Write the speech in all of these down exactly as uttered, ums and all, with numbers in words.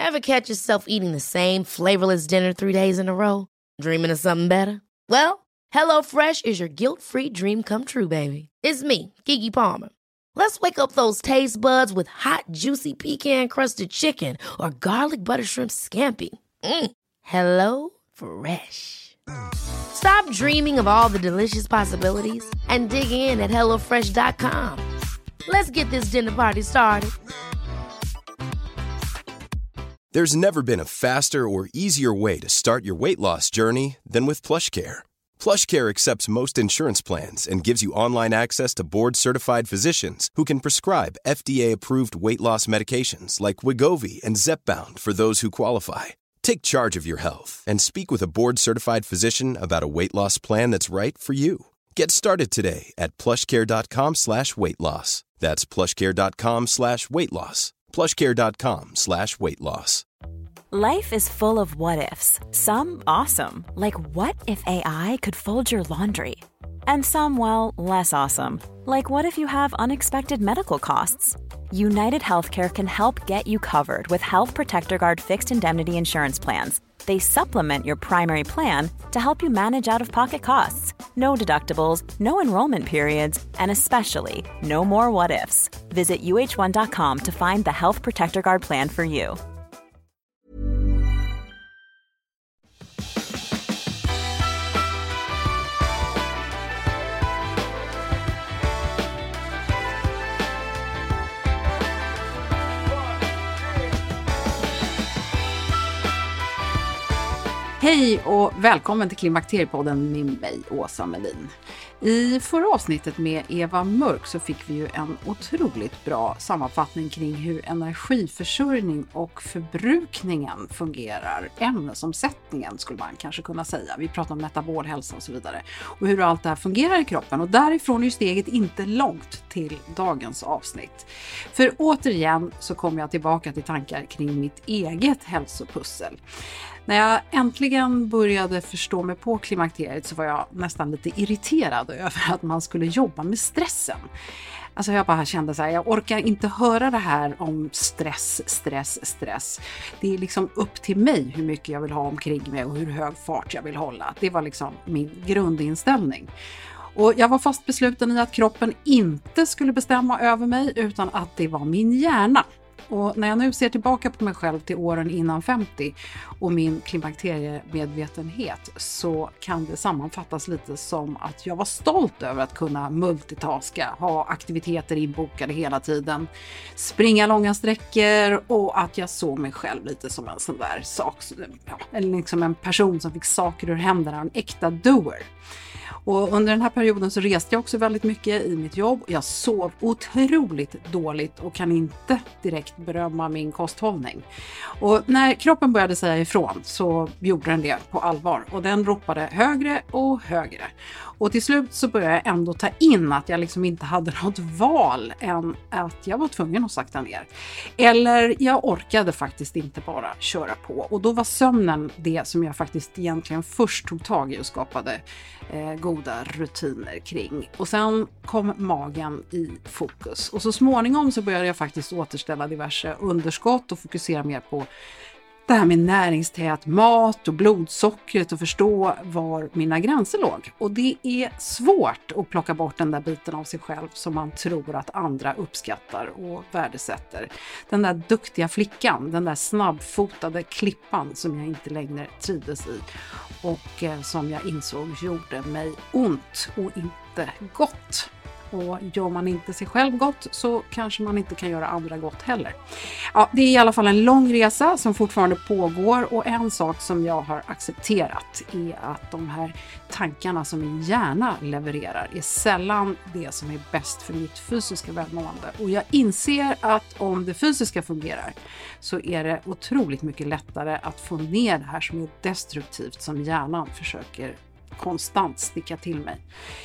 Ever catch yourself eating the same flavorless dinner three days in a row? Dreaming of something better? Well, HelloFresh is your guilt-free dream come true, baby. It's me, Keke Palmer. Let's wake up those taste buds with hot, juicy pecan-crusted chicken or garlic butter shrimp scampi. Mm. Hello Fresh. Stop dreaming of all the delicious possibilities and dig in at hello fresh dot com. Let's get this dinner party started. There's never been a faster or easier way to start your weight loss journey than with PlushCare. PlushCare accepts most insurance plans and gives you online access to board-certified physicians who can prescribe F D A-approved weight loss medications like Wegovy and Zepbound for those who qualify. Take charge of your health and speak with a board-certified physician about a weight loss plan that's right for you. Get started today at plushcare.com slash weight loss. That's plushcare.com slash weight loss. plushcare.com slash weight loss. Life is full of what-ifs. Some awesome, like what if A I could fold your laundry? And some, well, less awesome, like what if you have unexpected medical costs? United Healthcare can help get you covered with Health Protector Guard fixed indemnity insurance plans. They supplement your primary plan to help you manage out-of-pocket costs. No deductibles, no enrollment periods, and especially no more what-ifs. Visit U H one dot com to find the Health Protector Guard plan for you. Hej och välkommen till Klimakteriepodden med mig, Åsa Melin. I förra avsnittet med Eva Mörk så fick vi ju en otroligt bra sammanfattning kring hur energiförsörjning och förbrukningen fungerar. Ämnesomsättningen skulle man kanske kunna säga. Vi pratar om metabolhälsa och så vidare. Och hur allt det här fungerar i kroppen. Och därifrån är ju steget inte långt till dagens avsnitt. För återigen så kommer jag tillbaka till tankar kring mitt eget hälsopussel. När jag äntligen började förstå mig på klimakteriet så var jag nästan lite irriterad över att man skulle jobba med stressen. Alltså jag bara kände så här, jag orkar inte höra det här om stress, stress, stress. Det är liksom upp till mig hur mycket jag vill ha omkring mig och hur hög fart jag vill hålla. Det var liksom min grundinställning. Och jag var fast besluten i att kroppen inte skulle bestämma över mig utan att det var min hjärna. Och när jag nu ser tillbaka på mig själv till åren innan femtio och min klimakteriemedvetenhet så kan det sammanfattas lite som att jag var stolt över att kunna multitaska, ha aktiviteter inbokade hela tiden, springa långa sträckor och att jag såg mig själv lite som en sån där sak, ja, eller liksom en person som fick saker ur händerna, en äkta doer. Och under den här perioden så reste jag också väldigt mycket i mitt jobb. Jag sov otroligt dåligt och kan inte direkt berömma min kosthållning. Och när kroppen började säga ifrån så gjorde den det på allvar. Och den ropade högre och högre. Och till slut så började jag ändå ta in att jag liksom inte hade något val än att jag var tvungen att sakta ner. Eller jag orkade faktiskt inte bara köra på. Och då var sömnen det som jag faktiskt egentligen först tog tag i och skapade eh, goda rutiner kring. Och sen kom magen i fokus. Och så småningom så började jag faktiskt återställa diverse underskott och fokusera mer på det här med näringstät mat och blodsockret och förstå var mina gränser låg. Och det är svårt att plocka bort den där biten av sig själv som man tror att andra uppskattar och värdesätter. Den där duktiga flickan, den där snabbfotade klippan som jag inte längre trivdes i och eh, som jag insåg gjorde mig ont och inte gott. Och gör man inte sig själv gott så kanske man inte kan göra andra gott heller. Ja, det är i alla fall en lång resa som fortfarande pågår och en sak som jag har accepterat är att de här tankarna som min hjärna levererar är sällan det som är bäst för mitt fysiska välmående. Och jag inser att om det fysiska fungerar så är det otroligt mycket lättare att få ner det här som är destruktivt som hjärnan försöker konstant sticka till mig.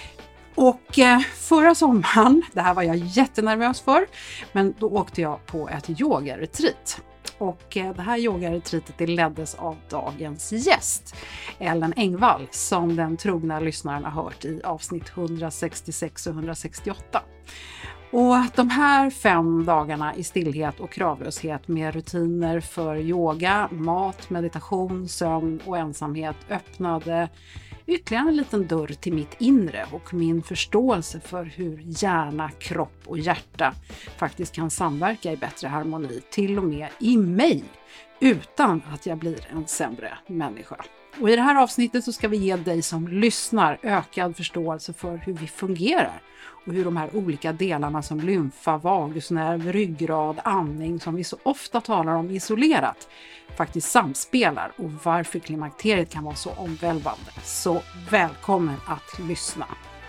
Och eh, förra sommaren, det här var jag jättenervös för, men då åkte jag på ett yogaretreat. Och eh, det här yogaretreatet det leddes av dagens gäst, Ellen Engvall, som den trogna lyssnaren har hört i avsnitt hundrasextiosex och hundrasextioåtta. Och de här fem dagarna i stillhet och kravlöshet med rutiner för yoga, mat, meditation, sömn och ensamhet öppnade ytterligare en liten dörr till mitt inre och min förståelse för hur hjärna, kropp och hjärta faktiskt kan samverka i bättre harmoni, till och med i mig, utan att jag blir en sämre människa. Och i det här avsnittet så ska vi ge dig som lyssnar ökad förståelse för hur vi fungerar och hur de här olika delarna som lymfa, vagusnerv, ryggrad, andning som vi så ofta talar om isolerat faktiskt samspelar och varför klimakteriet kan vara så omvälvande. Så välkommen att lyssna!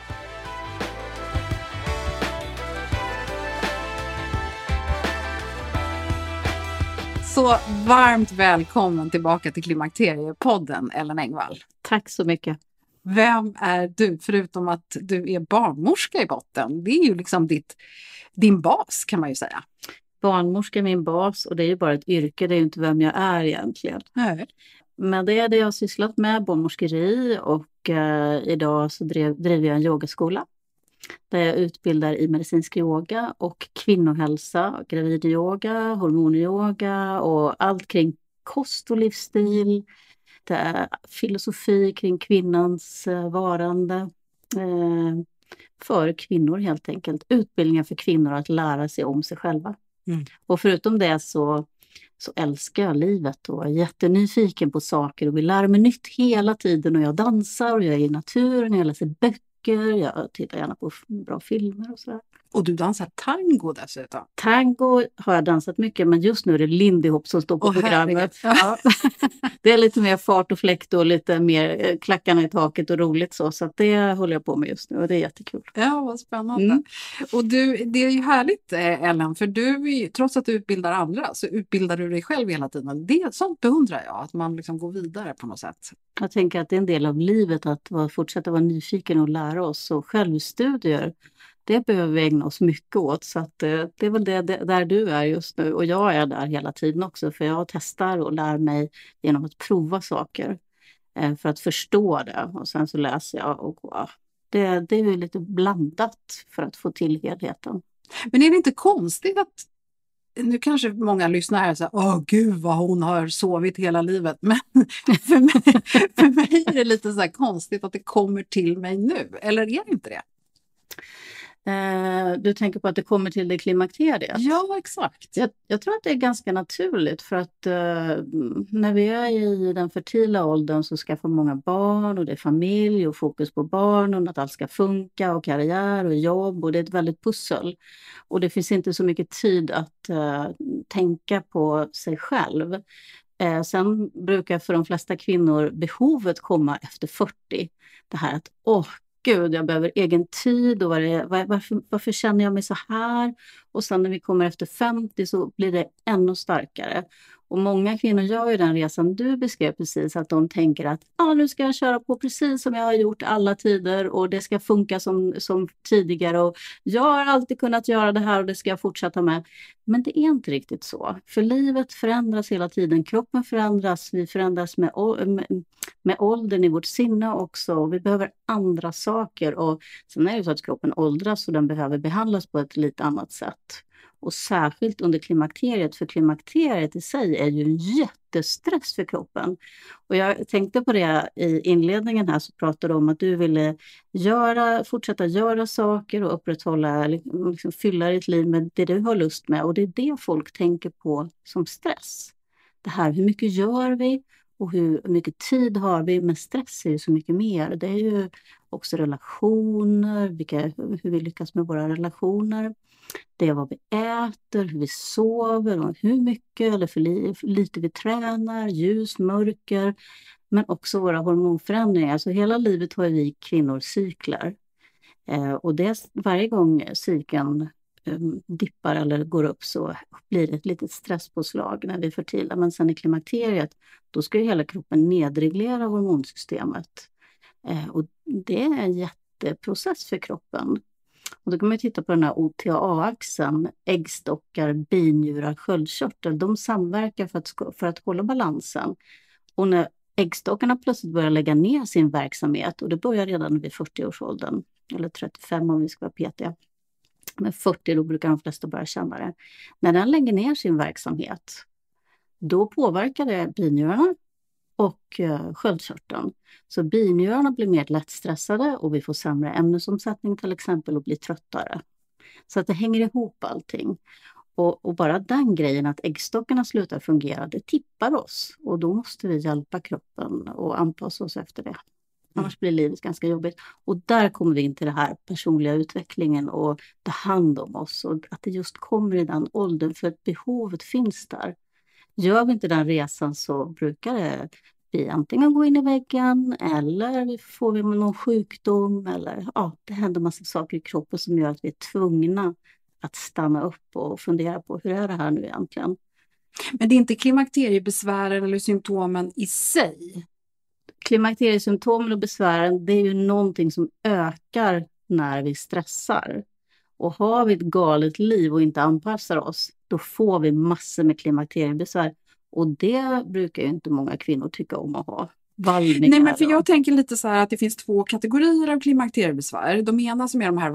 Så varmt välkommen tillbaka till Klimakteriepodden, Ellen Engvall. Tack så mycket. Vem är du, förutom att du är barnmorska i botten? Det är ju liksom ditt, din bas, kan man ju säga. Barnmorska är min bas och det är ju bara ett yrke, det är ju inte vem jag är egentligen. Nej. Men det är det jag har sysslat med, barnmorskeri, och eh, idag så drev, driver jag en yogaskola. Där jag utbildar i medicinsk yoga och kvinnohälsa, gravidyoga, hormonyoga och allt kring kost och livsstil. Det är filosofi kring kvinnans varande eh, för kvinnor helt enkelt. Utbildningar för kvinnor att lära sig om sig själva. Mm. Och förutom det så, så älskar jag livet och är jättenyfiken på saker och vill lära mig nytt hela tiden. Och jag dansar och jag är i naturen, jag läser böcker. Jag tittar gärna på bra filmer och sådär. Och du dansar tango dessutom? Tango har jag dansat mycket, men just nu är det Lindy Hop som står på oh, programmet. Ja. Det är lite mer fart och fläkt och lite mer klackarna i taket och roligt så. Så att det håller jag på med just nu och det är jättekul. Ja, vad spännande. Mm. Och du, det är ju härligt, Ellen, för du, trots att du utbildar andra så utbildar du dig själv hela tiden. Det, sånt beundrar jag, att man liksom går vidare på något sätt. Jag tänker att det är en del av livet att vara, fortsätta vara nyfiken och lära oss. Och självstudier, det behöver vi ägna oss mycket åt. Så att, det är väl det, det där du är just nu. Och jag är där hela tiden också. För jag testar och lär mig genom att prova saker. Eh, för att förstå det. Och sen så läser jag. Och wow, det, det är ju lite blandat för att få till helheten. Men är det inte konstigt att... Nu kanske många lyssnar här och säger, åh gud vad hon har sovit hela livet. Men för mig, för mig är det lite så här konstigt att det kommer till mig nu. Eller är det inte det? Eh, du tänker på att det kommer till det klimakteriet? Ja, exakt. Jag, jag tror att det är ganska naturligt för att eh, när vi är i den fertila åldern så skaffar många barn och det är familj och fokus på barn och att allt ska funka och karriär och jobb och det är ett väldigt pussel. Och det finns inte så mycket tid att eh, tänka på sig själv. Eh, sen brukar för de flesta kvinnor behovet komma efter fyrtio. Det här att åh, Gud, jag behöver egen tid och var det, var, varför, varför känner jag mig så här? Och sen när vi kommer efter femtio så blir det ännu starkare. Och många kvinnor gör ju den resan du beskrev precis, att de tänker att ah, nu ska jag köra på precis som jag har gjort alla tider och det ska funka som, som tidigare och jag har alltid kunnat göra det här och det ska jag fortsätta med. Men det är inte riktigt så, för livet förändras hela tiden, kroppen förändras, vi förändras med, med, med åldern i vårt sinne också och vi behöver andra saker och sen är det så att kroppen åldras och den behöver behandlas på ett lite annat sätt. Och särskilt under klimakteriet, för klimakteriet i sig är ju en jättestress för kroppen. Och jag tänkte på det i inledningen här så pratade du om att du ville göra, fortsätta göra saker och upprätthålla, liksom fylla ditt liv med det du har lust med. Och det är det folk tänker på som stress. Det här, hur mycket gör vi och hur mycket tid har vi, men stress är ju så mycket mer. Det är ju också relationer, vilka, hur vi lyckas med våra relationer. Det är vad vi äter, hur vi sover och hur mycket eller för, li- för lite vi tränar, ljus, mörker, men också våra hormonförändringar. Så hela livet har vi kvinnor cyklar. Eh, och det, varje gång cykeln eh, dippar eller går upp så blir det ett litet stresspåslag när vi är fertila. Men sen i klimakteriet, då ska ju hela kroppen nedreglera hormonsystemet. Eh, och det är en jätteprocess för kroppen. Och då kan man titta på den här O T A-axeln, äggstockar, binjurar, sköldkörtel. De samverkar för att, för att hålla balansen. Och när äggstockarna plötsligt börjar lägga ner sin verksamhet, och det börjar redan vid fyrtio-årsåldern, eller trettiofem om vi ska vara petiga, Men fyrtio, då brukar de flesta börja känna det. När den lägger ner sin verksamhet, då påverkar det binjurarna och eh, sköldkörteln. Så binjurarna blir mer lättstressade och vi får sämre ämnesomsättning till exempel och blir tröttare. Så att det hänger ihop allting. Och, och bara den grejen att äggstockarna slutar fungera, det tippar oss. Och då måste vi hjälpa kroppen och anpassa oss efter det. Annars blir livet ganska jobbigt. Och där kommer vi in till det här personliga utvecklingen och ta hand om oss. Och att det just kommer i den åldern för att behovet finns där. Gör vi inte den resan så brukar det vi antingen gå in i väggen eller får vi någon sjukdom. Eller ja, det händer massa saker i kroppen som gör att vi är tvungna att stanna upp och fundera på hur är det här nu egentligen. Men det är inte klimakteriebesvären eller symptomen i sig? Klimakteriesymptomen och besvären, det är ju någonting som ökar när vi stressar. Och har vi ett galet liv och inte anpassar oss, då får vi massor med klimakteriebesvär. Och det brukar ju inte många kvinnor tycka om att ha. Vallningar. Nej, men för jag tänker lite så här att det finns två kategorier av klimakteriebesvär. De ena som är de här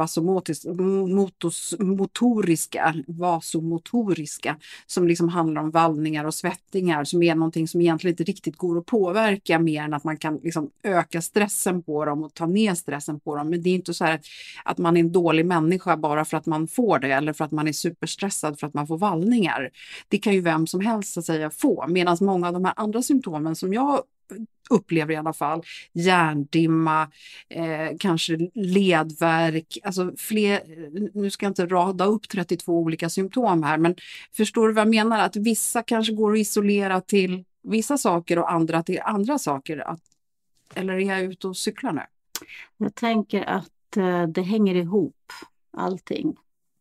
vasomotoriska, vasomotoriska som liksom handlar om vallningar och svettningar som är någonting som egentligen inte riktigt går att påverka mer än att man kan liksom öka stressen på dem och ta ner stressen på dem. Men det är inte så här att man är en dålig människa bara för att man får det eller för att man är superstressad för att man får vallningar. Det kan ju vem som helst så att säga få, medan många av de här andra symptomen som jag upplever i alla fall, hjärndimma, eh, kanske ledvärk, alltså fler, nu ska jag inte rada upp trettiotvå olika symptom här, men förstår du vad jag menar? Att vissa kanske går att isolera till vissa saker och andra till andra saker, att, eller är jag ute och cyklar nu? Jag tänker att eh, det hänger ihop, allting.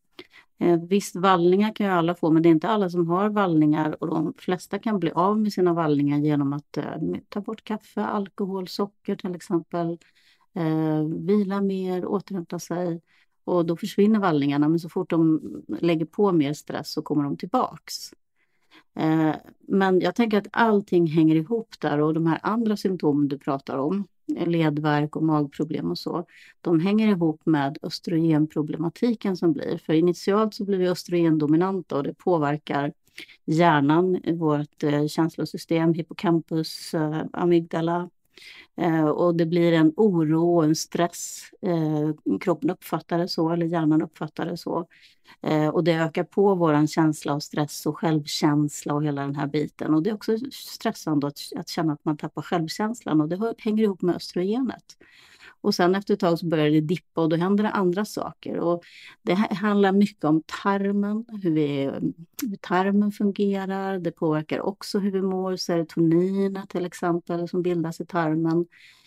Eh, visst, vallningar kan ju alla få, men det är inte alla som har vallningar och de flesta kan bli av med sina vallningar genom att eh, ta bort kaffe, alkohol, socker till exempel, eh, vila mer, återhämta sig och då försvinner vallningarna, men så fort de lägger på mer stress så kommer de tillbaks. Eh, men jag tänker att allting hänger ihop där och de här andra symptomen du pratar om, ledvärk och magproblem och så, de hänger ihop med östrogenproblematiken som blir. För initialt så blir vi östrogendominanta och det påverkar hjärnan, vårt eh, känslosystem, hippocampus, eh, amygdala. Eh, och det blir en oro och en stress. Eh, kroppen uppfattar det så, eller hjärnan uppfattar det så. Eh, och det ökar på våran känsla av stress och självkänsla och hela den här biten. Och det är också stressande att, att känna att man tappar självkänslan. Och det hänger ihop med östrogenet. Och sen efter ett tag så börjar det dippa och då händer det andra saker. Och det handlar mycket om tarmen, hur, vi, hur tarmen fungerar. Det påverkar också hur vi mår, serotonin till exempel som bildas i tarmen.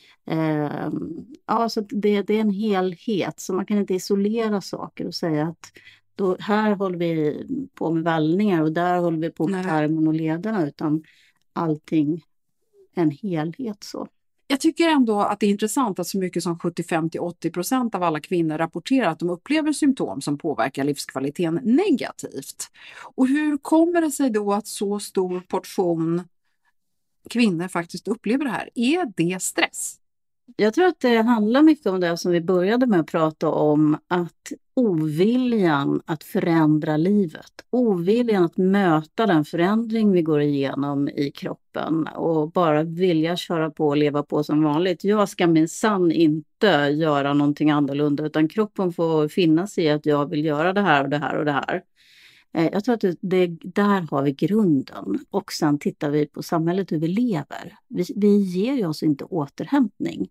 Eh, ja, så det, det är en helhet, så man kan inte isolera saker och säga att då, här håller vi på med vallningar och där håller vi på med tarmen och lederna, utan allting en helhet så. Jag tycker ändå att det är intressant att så mycket som sjuttiofem till åttio procent av alla kvinnor rapporterar att de upplever symptom som påverkar livskvaliteten negativt. Och hur kommer det sig då att så stor portion kvinnor faktiskt upplever det här? Är det stress? Jag tror att det handlar mycket om det som vi började med att prata om, att oviljan att förändra livet, oviljan att möta den förändring vi går igenom i kroppen och bara vilja köra på och leva på som vanligt. Jag ska minsann inte göra någonting annorlunda, utan kroppen får finna sig i att jag vill göra det här och det här och det här. Jag tror att det, det, där har vi grunden, och sen tittar vi på samhället hur vi lever. Vi, vi ger ju oss inte återhämtning.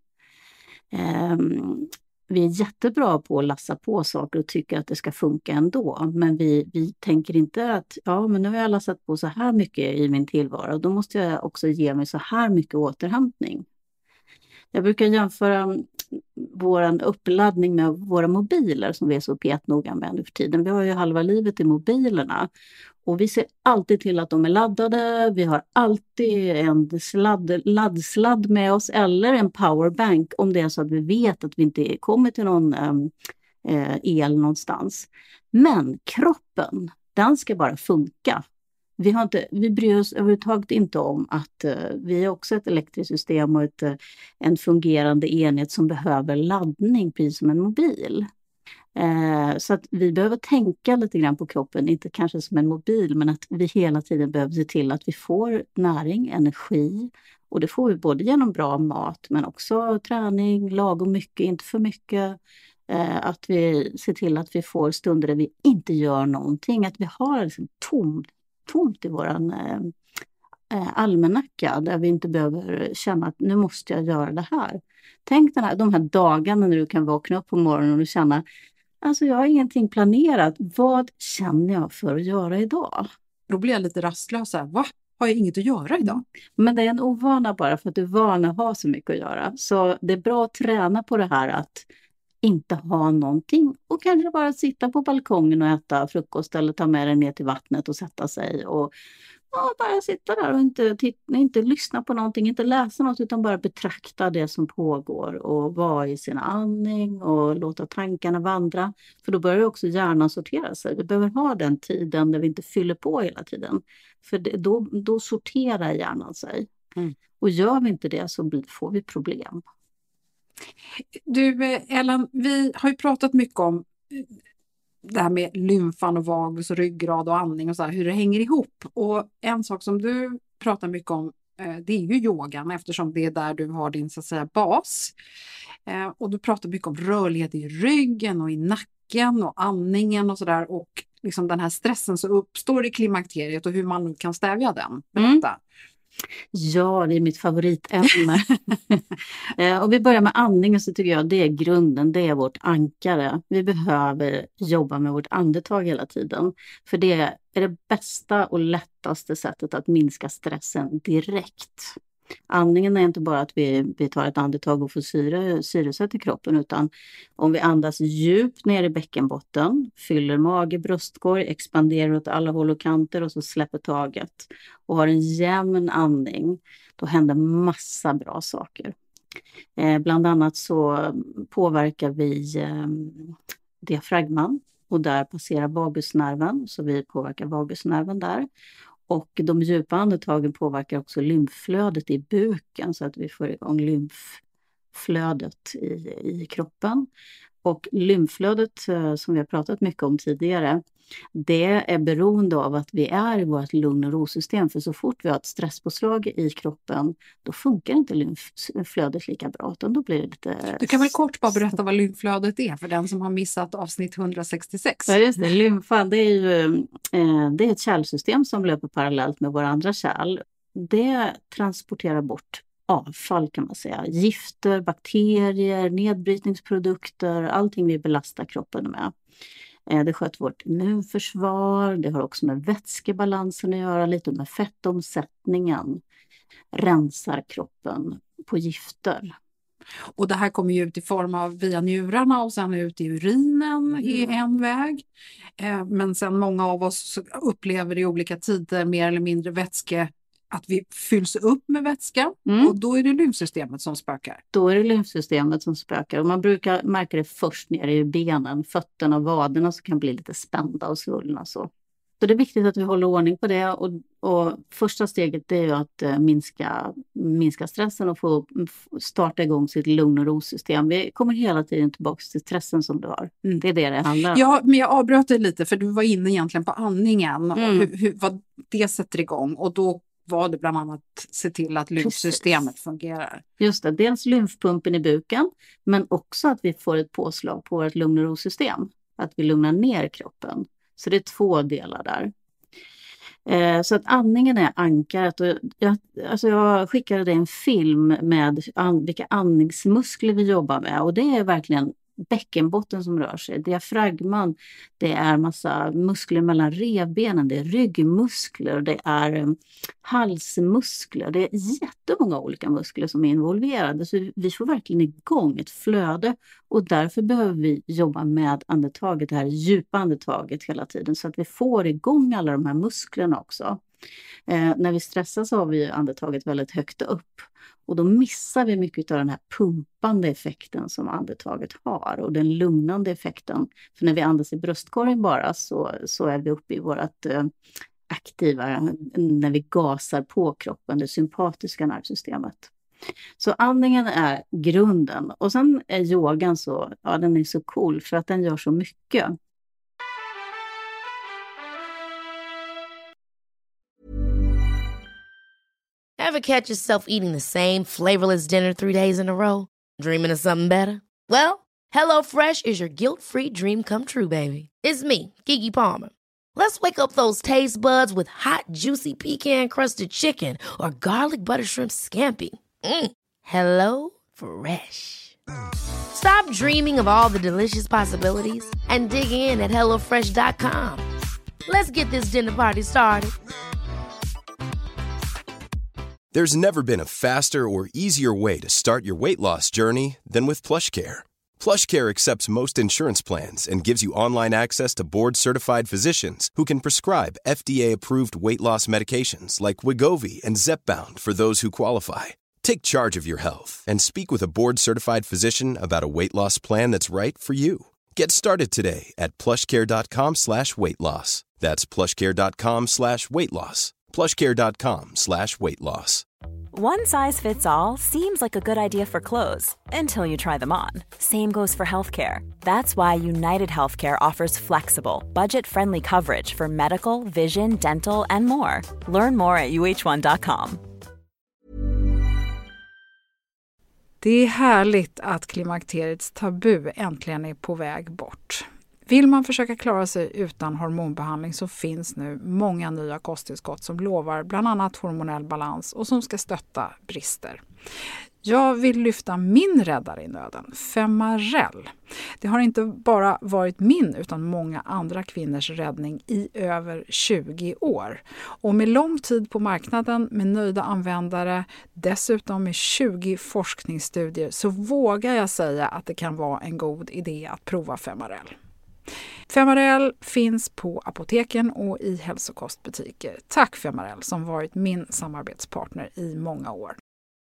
Um, vi är jättebra på att lassa på saker och tycker att det ska funka ändå. Men vi, vi tänker inte att ja, men nu har jag lassat på så här mycket i min tillvaro. Då måste jag också ge mig så här mycket återhämtning. Jag brukar jämföra vår uppladdning med våra mobiler som vi är så petnoga med nu för tiden. Vi har ju halva livet i mobilerna och vi ser alltid till att de är laddade. Vi har alltid en sladd, laddsladd med oss eller en powerbank om det är så att vi vet att vi inte kommer till någon eh, el någonstans. Men kroppen, den ska bara funka. Vi, har inte, vi bryr oss överhuvudtaget inte om att uh, vi är också ett elektriskt system och ett, uh, en fungerande enhet som behöver laddning, precis som en mobil. Eh, så att vi behöver tänka lite grann på kroppen, inte kanske som en mobil, men att vi hela tiden behöver se till att vi får näring, energi. Och det får vi både genom bra mat, men också träning, lagom mycket, inte för mycket. Eh, att vi ser till att vi får stunder där vi inte gör någonting, att vi har liksom tom, tomt i våran eh, almanacka, där vi inte behöver känna att nu måste jag göra det här. Tänk den här, de här dagarna när du kan vakna upp på morgonen och känna, alltså jag har ingenting planerat, vad känner jag för att göra idag? Då blir jag lite rastlös. Va? Har jag inget att göra idag? Men det är en ovana bara för att du är van att ha så mycket att göra. Så det är bra att träna på det här att inte ha någonting och kanske bara sitta på balkongen och äta frukost eller ta med den ner till vattnet och sätta sig och ja, bara sitta där och inte, titta, inte lyssna på någonting, inte läsa något utan bara betrakta det som pågår och vara i sin andning och låta tankarna vandra. För då börjar också hjärnan sortera sig. Vi behöver ha den tiden där vi inte fyller på hela tiden. För det, då, då sorterar hjärnan sig. Mm. Och gör vi inte det så blir, får vi problem. Du Ellen, vi har ju pratat mycket om det här med lymfan och vagus och ryggrad och andning och så här, hur det hänger ihop. Och en sak som du pratar mycket om, det är ju yogan, eftersom det är där du har din så att säga bas. Och du pratar mycket om rörlighet i ryggen och i nacken och andningen och sådär. Och liksom den här stressen som uppstår i klimakteriet och hur man kan stävja den. Berätta. Mm. Ja, det är mitt favoritämne. Och vi börjar med andningen, så tycker jag det är grunden, det är vårt ankare. Vi behöver jobba med vårt andetag hela tiden. För det är det bästa och lättaste sättet att minska stressen direkt. Andningen är inte bara att vi, vi tar ett andetag och får syre, syresätt i kroppen, utan om vi andas djupt ner i bäckenbotten, fyller mage, bröstkorg, expanderar åt alla håll och kanter och så släpper taget och har en jämn andning, då händer massa bra saker. Eh, bland annat så påverkar vi eh, diafragman och där passerar vagusnerven, så vi påverkar vagusnerven där. Och de djupa andetagen påverkar också lymfflödet i buken så att vi får igång lymfflödet i, i kroppen. Och lymfflödet som vi har pratat mycket om tidigare, det är beroende av att vi är i vårt lugn- och rosystem. För så fort vi har ett stresspåslag i kroppen, då funkar inte lymfflödet lika bra. Utan då blir det lite... Du kan väl kort bara berätta vad lymfflödet är för den som har missat avsnitt hundrasextiosex. Ja, just det. Lymfan, det är ju eh, det är ett kärlsystem som löper parallellt med våra andra kärl. Det transporterar bort avfall kan man säga. Gifter, bakterier, nedbrytningsprodukter, allting vi belastar kroppen med. Det sköter vårt immunförsvar, det har också med vätskebalansen att göra, lite med fettomsättningen. Rensar kroppen på gifter. Och det här kommer ju ut i form av via njurarna och sen ut i urinen i en väg. Men sen många av oss upplever i olika tider mer eller mindre vätske, att vi fylls upp med vätska mm. och då är det lymfsystemet som spökar. Då är det lymfsystemet som spökar och man brukar märka det först nere i benen, fötterna och vaderna som kan bli lite spända och svullna så. Så det är viktigt att vi håller ordning på det och, och första steget är ju att uh, minska, minska stressen och få starta igång sitt lugn- och rosystem. Vi kommer hela tiden tillbaka till stressen som du har. Mm. Det är det det handlar om. Ja, men jag avbröt dig lite för du var inne egentligen på andningen och mm. hur, hur, vad det sätter igång och då var det bland annat se till att lymfsystemet fungerar. Just det, dels lymfpumpen i buken men också att vi får ett påslag på vårt lugn- och rosystem. Att vi lugnar ner kroppen. Så det är två delar där. Eh, så att andningen är ankaret. Och jag, alltså jag skickade dig en film med an, vilka andningsmuskler vi jobbar med. Och det är verkligen bäckenbotten som rör sig. Diafragman, det är massa muskler mellan revbenen. Det är ryggmuskler, det är halsmuskler. Det är jättemånga olika muskler som är involverade. Så vi får verkligen igång ett flöde. Och därför behöver vi jobba med andetaget, det här djupa andetaget hela tiden. Så att vi får igång alla de här musklerna också. Eh, när vi stressar så har vi andetaget väldigt högt upp. Och då missar vi mycket av den här pumpande effekten som andetaget har. Och den lugnande effekten. För när vi andas i bröstkorgen bara så, så är vi uppe i vårt eh, aktiva, när vi gasar på kroppen, det sympatiska nervsystemet. Så andningen är grunden. Och sen är yogan så, ja den är så cool för att den gör så mycket. Ever catch yourself eating the same flavorless dinner three days in a row? Dreaming of something better? Well, HelloFresh is your guilt-free dream come true, baby. It's me, Keke Palmer. Let's wake up those taste buds with hot, juicy pecan-crusted chicken or garlic butter shrimp scampi. Mm. Hello Fresh. Stop dreaming of all the delicious possibilities and dig in at hello fresh dot com. Let's get this dinner party started. There's never been a faster or easier way to start your weight loss journey than with PlushCare. PlushCare accepts most insurance plans and gives you online access to board-certified physicians who can prescribe F D A-approved weight loss medications like Wegovy and Zepbound for those who qualify. Take charge of your health and speak with a board-certified physician about a weight loss plan that's right for you. Get started today at plushcare.com slash weight loss. That's plushcare.com slash weight loss. plushcare.com slash weight loss. One size fits all seems like a good idea for clothes until you try them on. Same goes for healthcare. That's why United Healthcare offers flexible, budget-friendly coverage for medical, vision, dental, and more. Learn more at u h one dot com. Det är härligt att klimakteriets tabu äntligen är på väg bort. Vill man försöka klara sig utan hormonbehandling så finns nu många nya kosttillskott som lovar bland annat hormonell balans och som ska stötta brister. Jag vill lyfta min räddare i nöden, Femarel. Det har inte bara varit min utan många andra kvinnors räddning i över tjugo år. Och med lång tid på marknaden, med nöjda användare, dessutom med tjugo forskningsstudier så vågar jag säga att det kan vara en god idé att prova Femarel. Femarel finns på apoteken och i hälsokostbutiker. Tack Femarel som varit min samarbetspartner i många år.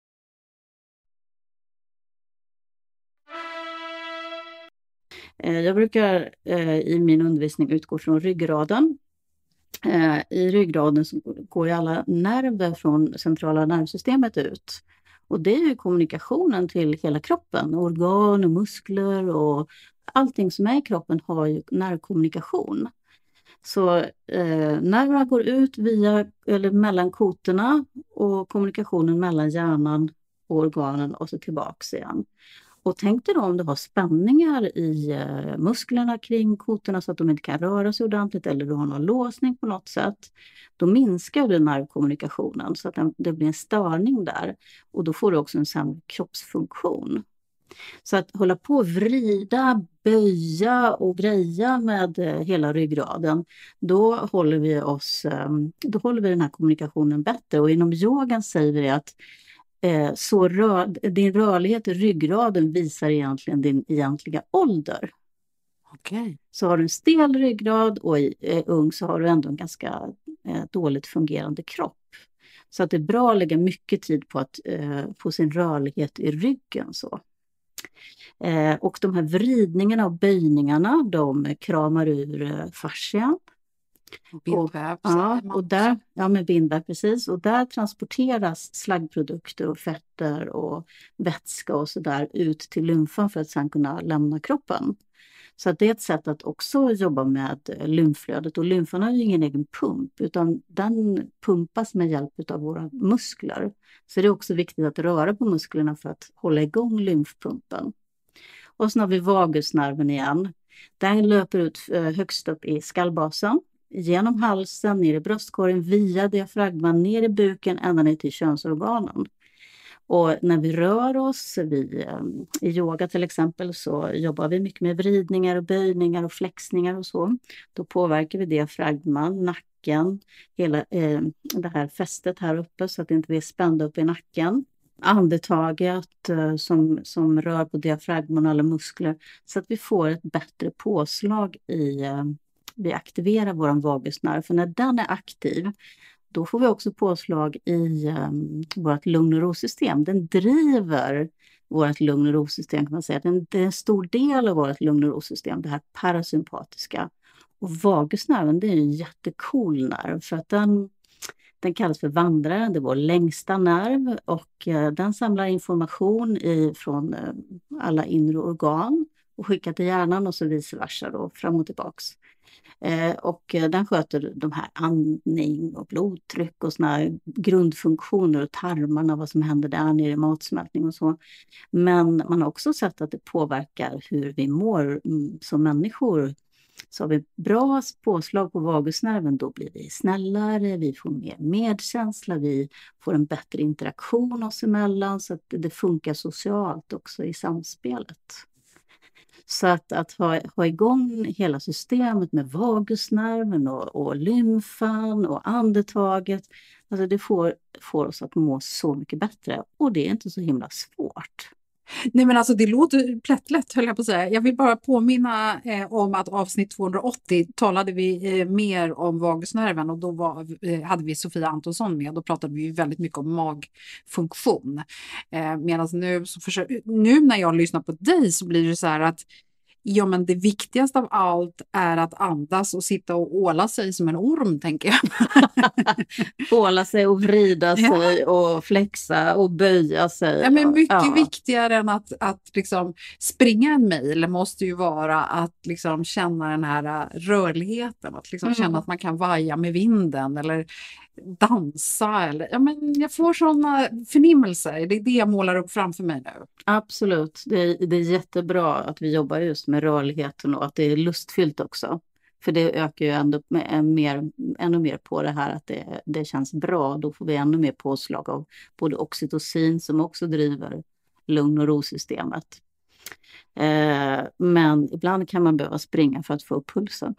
Jag brukar eh, i min undervisning utgå från ryggraden. Eh, I ryggraden så går ju alla nerver från centrala nervsystemet ut. Och det är ju kommunikationen till hela kroppen. Organ och muskler och allting som är i kroppen har ju nervkommunikation. Så eh, nerverna går ut via, eller mellan kotorna och kommunikationen mellan hjärnan och organen och så tillbaks igen. Och tänk dig då om det var spänningar i eh, musklerna kring kotorna så att de inte kan röra sig ordentligt eller du har någon låsning på något sätt. Då minskar du nervkommunikationen så att det, det blir en störning där. Och då får du också en sämre kroppsfunktion. Så att hålla på och vrida, böja och greja med eh, hela ryggraden, då håller vi oss, eh, då håller vi den här kommunikationen bättre. Och inom yogan säger vi att Eh, så rör, din rörlighet i ryggraden visar egentligen din egentliga ålder. Okay. Så har du en stel ryggrad och är eh, ung så har du ändå en ganska eh, dåligt fungerande kropp. Så att det är bra att lägga mycket tid på, att, eh, på sin rörlighet i ryggen. Så. Eh, och de här vridningarna och böjningarna, de kramar ur eh, fascian. Bindväv. Och, ja, och där, ja, med bindväv, precis. Och där transporteras slaggprodukter och fetter och vätska och sådär ut till lymfan för att sedan kunna lämna kroppen. Så att det är ett sätt att också jobba med lymflödet. Och lymfan har ju ingen egen pump utan den pumpas med hjälp av våra muskler. Så det är också viktigt att röra på musklerna för att hålla igång lymfpumpen. Och så har vi vagusnerven igen. Den löper ut högst upp i skallbasen. Genom halsen, ner i bröstkorgen, via diafragman, ner i buken, ända ner till könsorganen. Och när vi rör oss, vi, i yoga till exempel, så jobbar vi mycket med vridningar och böjningar och flexningar och så. Då påverkar vi diafragman, nacken, hela eh, det här fästet här uppe så att inte vi är spända upp i nacken. Andetaget eh, som, som rör på diafragman och alla muskler så att vi får ett bättre påslag i eh, vi aktiverar vår vagusnerv. För när den är aktiv, då får vi också påslag i um, vårt lugn- och rosystem. Den driver vårt lugn- och rosystem kan man säga. Den, det är en stor del av vårt lugn- och rosystem, det här parasympatiska. Och vagusnerven, det är en jättecool nerv för att den, Den kallas för vandraren, det är vår längsta nerv och eh, den samlar information i, från eh, alla inre organ och skickar till hjärnan och så vice versa då, fram och tillbaks. Eh, och eh, den sköter de här andning och blodtryck och såna här grundfunktioner och tarmarna, vad som händer där nere i matsmältning och så. Men man har också sett att det påverkar hur vi mår mm, som människor. Så har vi bra påslag på vagusnerven, då blir vi snällare, vi får mer medkänsla, vi får en bättre interaktion oss emellan så att det funkar socialt också i samspelet. Så att, att ha, ha igång hela systemet med vagusnerven och, och lymfan och andetaget, alltså det får, får oss att må så mycket bättre och det är inte så himla svårt. Nej men alltså det låter plättlätt höll jag på att säga. Jag vill bara påminna eh, om att avsnitt tvåhundraåttio talade vi eh, mer om vagusnerven och då var, eh, hade vi Sofia Antonsson med. Då pratade vi väldigt mycket om magfunktion. Eh, Medan nu, så försöker, nu när jag lyssnar på dig så blir det så här att ja men det viktigaste av allt är att andas och sitta och åla sig som en orm tänker jag. Åla sig och vrida sig ja. Och flexa och böja sig. Ja men mycket ja. viktigare än att, att liksom springa en mil måste ju vara att liksom känna den här rörligheten. Att liksom mm. känna att man kan vaja med vinden eller dansa. Eller, ja, men jag får sådana förnimmelser. Det är det jag målar upp framför mig nu. Absolut. Det är, det är jättebra att vi jobbar just med rörligheten och att det är lustfyllt också. För det ökar ju ändå med, mer, ännu mer på det här att det, det känns bra. Då får vi ännu mer påslag av både oxytocin som också driver lugn- och rosystemet. Eh, men ibland kan man behöva springa för att få upp pulsen.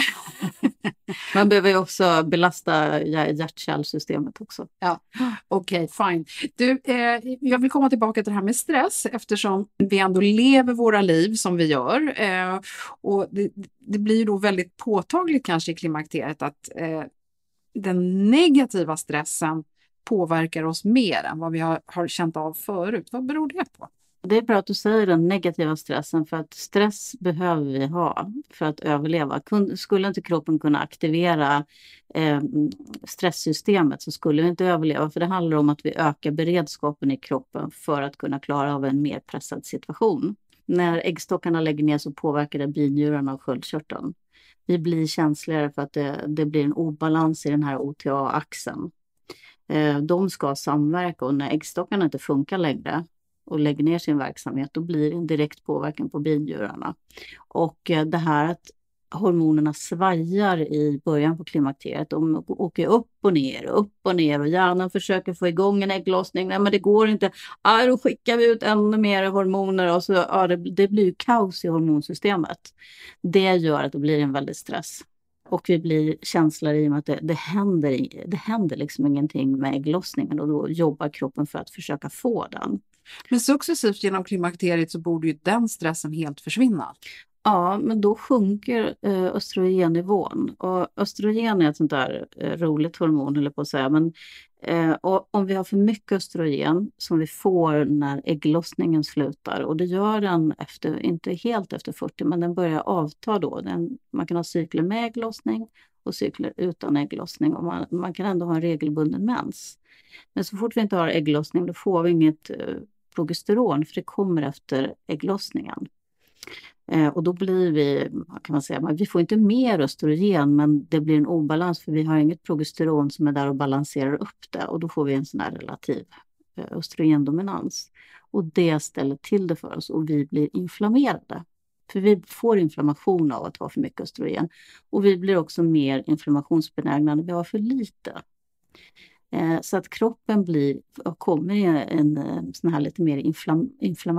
Man behöver ju också belasta hjärt-kärlsystemet också. Ja, okej, okay, fine. Du, eh, jag vill komma tillbaka till det här med stress eftersom vi ändå lever våra liv som vi gör. Eh, och det, det blir ju då väldigt påtagligt kanske i klimakteriet att eh, den negativa stressen påverkar oss mer än vad vi har, har känt av förut. Vad beror det på? Det är bra att du säger den negativa stressen för att stress behöver vi ha för att överleva. Skulle inte kroppen kunna aktivera eh, stresssystemet så skulle vi inte överleva. För det handlar om att vi ökar beredskapen i kroppen för att kunna klara av en mer pressad situation. När äggstockarna lägger ner så påverkar det binjurarna och sköldkörteln. Vi blir känsligare för att det, det blir en obalans i den här O T A-axeln. Eh, de ska samverka och när äggstockarna inte funkar längre och lägger ner sin verksamhet, då blir det en direkt påverkan på binjurarna. Och det här att hormonerna svajar i början på klimakteriet, de åker upp och ner, upp och ner och hjärnan försöker få igång en ägglossning. Nej men det går inte, ah, då skickar vi ut ännu mer hormoner och så, ah, det, det blir kaos i hormonsystemet. Det gör att det blir en väldig stress. Och vi blir känsligare i och med att det, det, händer, det händer liksom ingenting med ägglossningen och då jobbar kroppen för att försöka få den. Men successivt genom klimakteriet så borde ju den stressen helt försvinna. Ja, men då sjunker eh, östrogennivån. Och östrogen är ett sånt där eh, roligt hormon, eller på att säga. Men eh, och om vi har för mycket östrogen som vi får när ägglossningen slutar. Och det gör den efter, inte helt efter fyrtio, men den börjar avta då. Den, man kan ha cykler med ägglossning och cykler utan ägglossning. Och man, man kan ändå ha en regelbunden mens. Men så fort vi inte har ägglossning då får vi inget eh, progesteron för det kommer efter ägglossningen. Eh, och då blir vi, vad kan man säga, vi får inte mer östrogen men det blir en obalans för vi har inget progesteron som är där och balanserar upp det. Och då får vi en sån här relativ eh, östrogendominans. Och det ställer till det för oss och vi blir inflammerade. För vi får inflammation av att ha för mycket östrogen. Och vi blir också mer inflammationsbenägna när vi har för lite. Så att kroppen blir, kommer i en, en sån här lite mer inflam,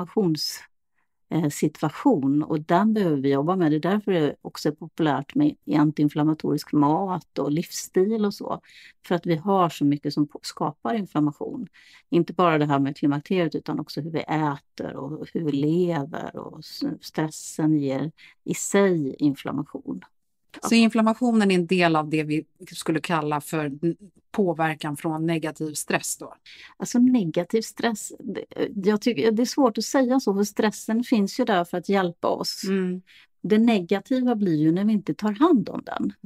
inflammationssituation och den behöver vi jobba med. Det är därför det också är populärt med antiinflammatorisk mat och livsstil och så. För att vi har så mycket som skapar inflammation. Inte bara det här med klimakteriet utan också hur vi äter och hur vi lever och stressen ger i sig inflammation. Så inflammationen är en del av det vi skulle kalla för påverkan från negativ stress då? Alltså negativ stress, jag tycker det är svårt att säga så för stressen finns ju där för att hjälpa oss. Mm. Det negativa blir ju när vi inte tar hand om den. Mm.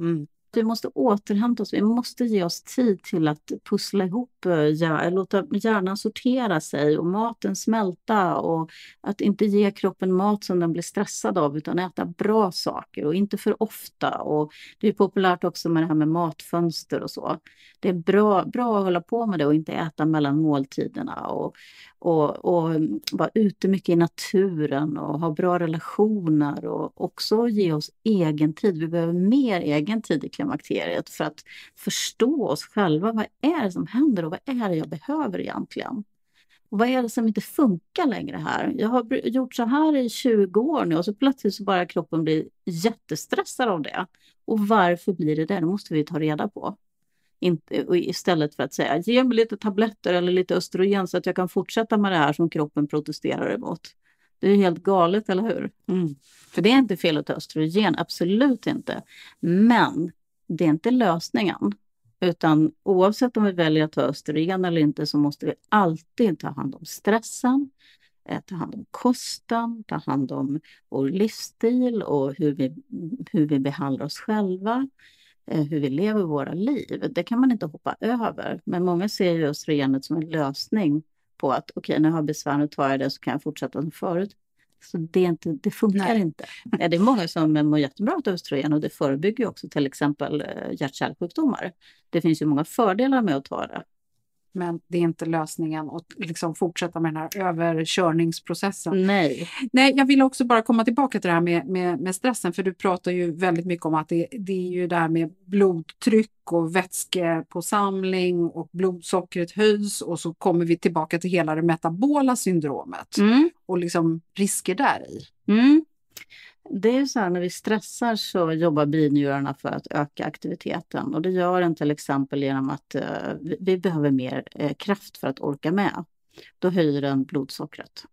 Vi måste återhämta oss, vi måste ge oss tid till att pussla ihop, ja, låta hjärnan sortera sig och maten smälta och att inte ge kroppen mat som den blir stressad av utan äta bra saker och inte för ofta. Och det är populärt också med det här med matfönster och så. Det är bra, bra att hålla på med det och inte äta mellan måltiderna och, och, och vara ute mycket i naturen och ha bra relationer och också ge oss egen tid. Vi behöver mer egen tid i klimakteriet för att förstå oss själva. Vad är det som händer och vad är det jag behöver egentligen? Och vad är det som inte funkar längre här? Jag har gjort så här i tjugo år nu och så plötsligt så bara kroppen blir jättestressad av det. Och varför blir det det? Det måste vi ta reda på. Inte, och istället för att säga, ge mig lite tabletter eller lite östrogen så att jag kan fortsätta med det här som kroppen protesterar emot. Det är helt galet, eller hur? Mm. För det är inte fel att ta östrogen, absolut inte. Men det är inte lösningen. Utan oavsett om vi väljer att ta östrogen eller inte så måste vi alltid ta hand om stressen, ta hand om kosten, ta hand om vår livsstil och hur vi, hur vi behandlar oss själva. Hur vi lever våra liv. Det kan man inte hoppa över. Men många ser ju östrogenet som en lösning på att okej, okay, nu har jag besvär, nu tar jag det så kan jag fortsätta som förut. Så det, är inte, det funkar Nej. inte. Det är många som mår jättebra av östrogen och det förebygger också till exempel hjärt-kärlsjukdomar. Det finns ju många fördelar med att ta det. Men det är inte lösningen att liksom fortsätta med den här överkörningsprocessen. Nej. Nej, jag vill också bara komma tillbaka till det här med, med, med stressen. För du pratar ju väldigt mycket om att det, det är ju det här med blodtryck och vätskepåsamling och blodsockret höjs. Och så kommer vi tillbaka till hela det metabola syndromet. Mm. Och liksom risker där i. Mm. Det är så här, när vi stressar så jobbar binjurarna för att öka aktiviteten och det gör den till exempel genom att uh, vi, vi behöver mer uh, kraft för att orka med. Då höjer den blodsockret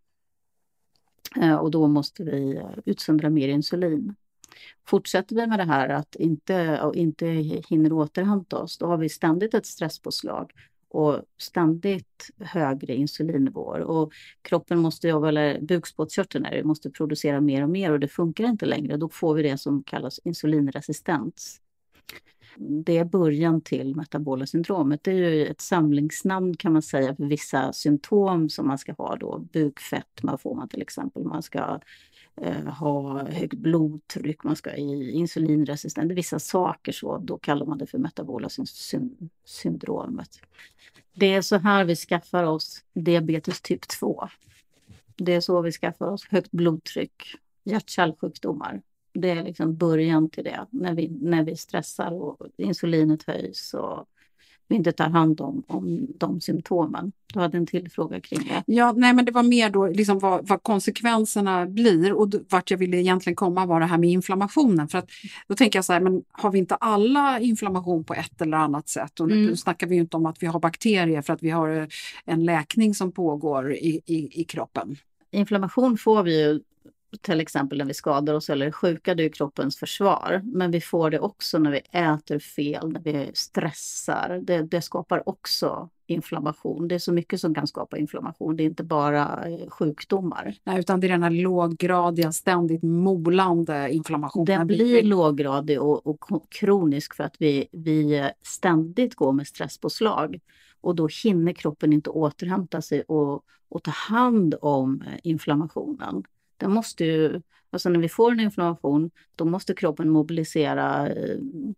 uh, och då måste vi uh, utsöndra mer insulin. Fortsätter vi med det här att inte, och inte hinner återhämta oss, då har vi ständigt ett stresspåslag och ständigt högre insulinnivåer och kroppen måste jobba, eller bukspottkörteln är det, måste producera mer och mer och det funkar inte längre. Då får vi det som kallas insulinresistens. Det är början till metabola syndromet. Det är ju ett samlingsnamn kan man säga för vissa symptom som man ska ha då. Bukfetma får man till exempel, man ska eh, ha högt blodtryck, man ska i insulinresistent, vissa saker så, då kallar man det för metabola syndromet. Det är så här vi skaffar oss diabetes typ två. Det är så vi skaffar oss högt blodtryck, hjärt-kärlsjukdomar. Det är liksom början till det. När vi, när vi stressar och insulinet höjs och vi inte tar hand om, om de symptomen. Du hade en till fråga kring det. Ja, nej men det var mer då liksom vad, vad konsekvenserna blir och vart jag ville egentligen komma var det här med inflammationen. För att då tänker jag så här, men har vi inte alla inflammation på ett eller annat sätt? Och nu mm. snackar vi ju inte om att vi har bakterier för att vi har en läkning som pågår i, i, i kroppen. Inflammation får vi ju till exempel när vi skadar oss eller är sjuka, det är kroppens försvar. Men vi får det också när vi äter fel, när vi stressar. Det, det skapar också inflammation. Det är så mycket som kan skapa inflammation. Det är inte bara sjukdomar. Nej, utan det är den här låggradiga, ständigt molande inflammationen. Den blir låggradig och, och kronisk för att vi, vi ständigt går med stresspåslag. Och då hinner kroppen inte återhämta sig och, och ta hand om inflammationen. Det måste ju, alltså när vi får en inflammation, då måste kroppen mobilisera eh,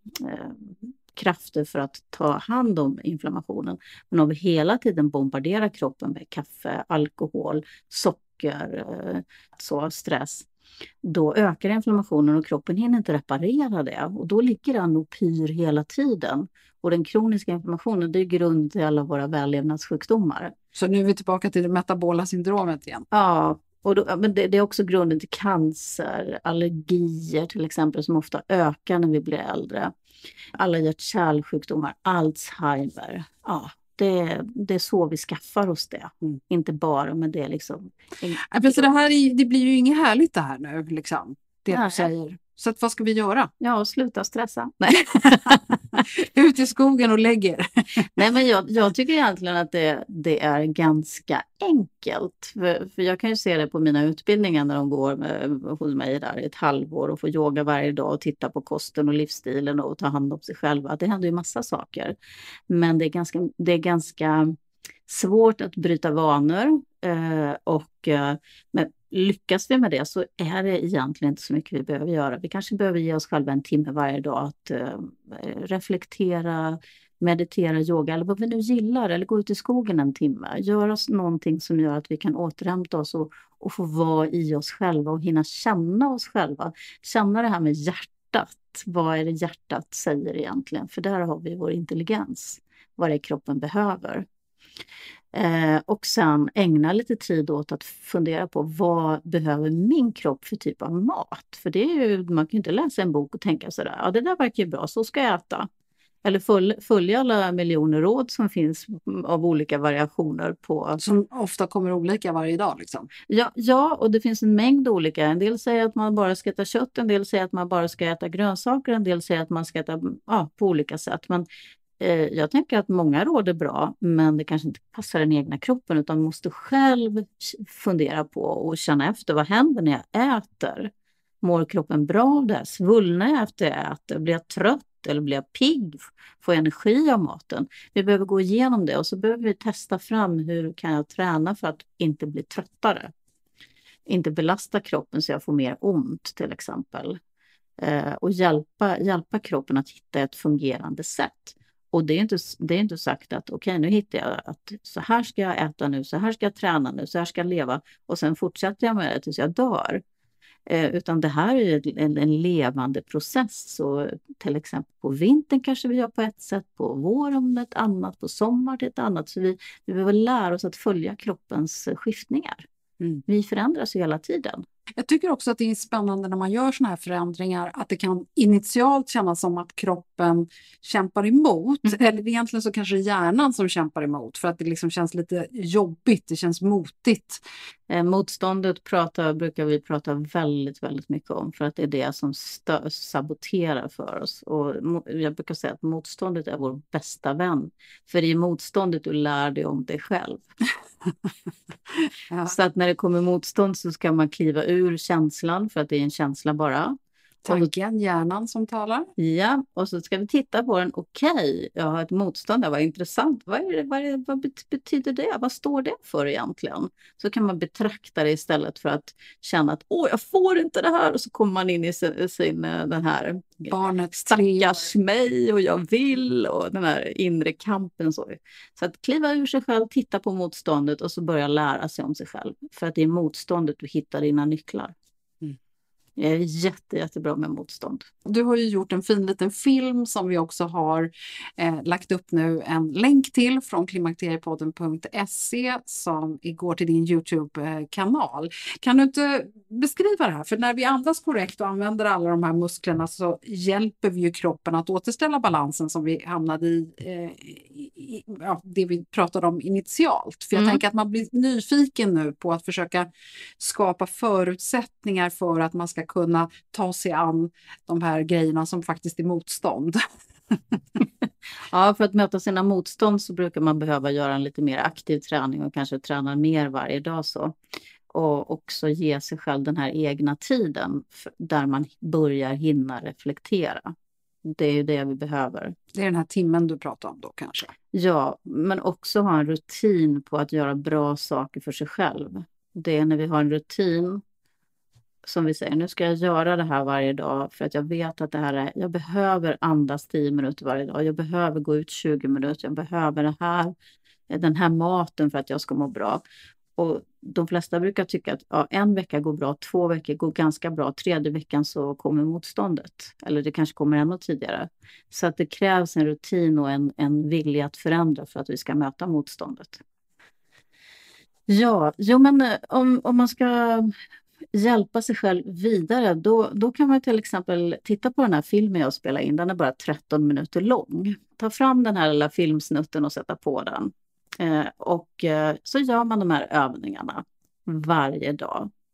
krafter för att ta hand om inflammationen. Men om vi hela tiden bombarderar kroppen med kaffe, alkohol, socker, eh, så stress, då ökar inflammationen och kroppen hinner inte reparera det. Och då ligger den och pyr hela tiden. Och den kroniska inflammationen, det är grund till alla våra vällevnadssjukdomar. Så nu är vi tillbaka till det metabola syndromet igen. Ja. Och då, men det, det är också grunden till cancer, allergier till exempel som ofta ökar när vi blir äldre. Alla hjärt-kärlsjukdomar, Alzheimer. Ja, det, det är så vi skaffar oss det. Mm. Inte bara, men det är liksom... En, ja, så det, här är, det blir ju inget härligt det här nu, liksom. Det Nej. Du säger. Så att, vad ska vi göra? Ja, sluta stressa. Nej. Ut i skogen och lägger. Nej, men jag, jag tycker egentligen att det, det är ganska enkelt. För, för jag kan ju se det på mina utbildningar när de går med, hos mig där i ett halvår och får yoga varje dag och titta på kosten och livsstilen och ta hand om sig själva. Det händer ju massa saker. Men det är ganska, det är ganska svårt att bryta vanor eh, och eh, men lyckas vi med det så är det egentligen inte så mycket vi behöver göra. Vi kanske behöver ge oss själva en timme varje dag att eh, reflektera, meditera, yoga eller vad vi nu gillar eller gå ut i skogen en timme. Göra någonting som gör att vi kan återhämta oss och, och få vara i oss själva och hinna känna oss själva. Känna det här med hjärtat. Vad är det hjärtat säger egentligen? För där har vi vår intelligens. Vad det är kroppen behöver. Eh, och sen ägna lite tid åt att fundera på vad behöver min kropp för typ av mat. För det är ju, man kan ju inte läsa en bok och tänka sådär, ja det där verkar ju bra, så ska jag äta. Eller följ, följa alla miljoner råd som finns av olika variationer på. Som ofta kommer olika varje dag liksom. Ja, ja, och det finns en mängd olika. En del säger att man bara ska äta kött, en del säger att man bara ska äta grönsaker, en del säger att man ska äta ja, på olika sätt. Men jag tänker att många råd är bra, men det kanske inte passar den egna kroppen utan man måste själv fundera på och känna efter vad händer när jag äter. Mår kroppen bra av det? Svullnar jag efter jag äter? Blir jag trött eller blir jag pigg? Får jag energi av maten? Vi behöver gå igenom det och så behöver vi testa fram hur kan jag träna för att inte bli tröttare. Inte belasta kroppen så jag får mer ont till exempel. Eh, och hjälpa, hjälpa kroppen att hitta ett fungerande sätt. Och det är inte, det är inte sagt att okej, okay, nu hittar jag att så här ska jag äta nu, så här ska jag träna nu, så här ska jag leva och sen fortsätter jag med det tills jag dör. Eh, utan det här är ju en, en levande process. Så till exempel på vintern kanske vi gör på ett sätt, på våren ett annat, på sommar ett annat. Så vi, vi behöver lära oss att följa kroppens skiftningar. Mm. Vi förändras ju hela tiden. Jag tycker också att det är spännande när man gör såna här förändringar att det kan initialt kännas som att kroppen kämpar emot. Mm. Eller egentligen så kanske det är hjärnan som kämpar emot för att det liksom känns lite jobbigt, det känns motigt. Eh, motståndet pratar, brukar vi prata väldigt, väldigt mycket om för att det är det som stö- saboterar för oss. Och jag brukar säga att motståndet är vår bästa vän. För i motståndet du lär dig om dig själv. Ja. Så att när det kommer motstånd så ska man kliva ur känslan för att det är en känsla bara. Tanken, hjärnan som talar. Ja, och så ska vi titta på den. Okej, okay, jag har ett motstånd där, vad intressant. Vad, är det, vad, är det, vad betyder det? Vad står det för egentligen? Så kan man betrakta det istället för att känna att åh, jag får inte det här. Och så kommer man in i sin, sin den här barnet stackars mig och jag vill och den här inre kampen. Så, så att kliva ur sig själv, titta på motståndet och så börja lära sig om sig själv. För att det är motståndet du hittar dina nycklar. Mm. Jag är jätte, jättebra med motstånd. Du har ju gjort en fin liten film som vi också har eh, lagt upp nu en länk till från klimakteriepodden punkt se som går till din YouTube-kanal. Kan du inte beskriva det här? För när vi andas korrekt och använder alla de här musklerna så hjälper vi ju kroppen att återställa balansen som vi hamnade i, eh, i ja, det vi pratade om initialt. För jag mm. tänker att man blir nyfiken nu på att försöka skapa förutsättningar för att man ska kunna ta sig an de här grejerna som faktiskt är motstånd. Ja, för att möta sina motstånd så brukar man behöva göra en lite mer aktiv träning och kanske träna mer varje dag så. Och också ge sig själv den här egna tiden där man börjar hinna reflektera. Det är ju det vi behöver. Det är den här timmen du pratar om då kanske? Ja, men också ha en rutin på att göra bra saker för sig själv. Det är när vi har en rutin som vi säger, nu ska jag göra det här varje dag för att jag vet att det här är, jag behöver andas tio minuter varje dag, jag behöver gå ut tjugo minuter, jag behöver det här, den här maten för att jag ska må bra. Och de flesta brukar tycka att ja, en vecka går bra, två veckor går ganska bra, tredje veckan så kommer motståndet. Eller det kanske kommer ännu tidigare. Så att det krävs en rutin och en, en vilja att förändra för att vi ska möta motståndet. Ja, jo men om, om man ska hjälpa sig själv vidare, då, då kan man till exempel titta på den här filmen jag spelar in. Den är bara tretton minuter lång. Ta fram den här lilla filmsnutten och sätta på den. Eh, och eh, så gör man de här övningarna varje dag.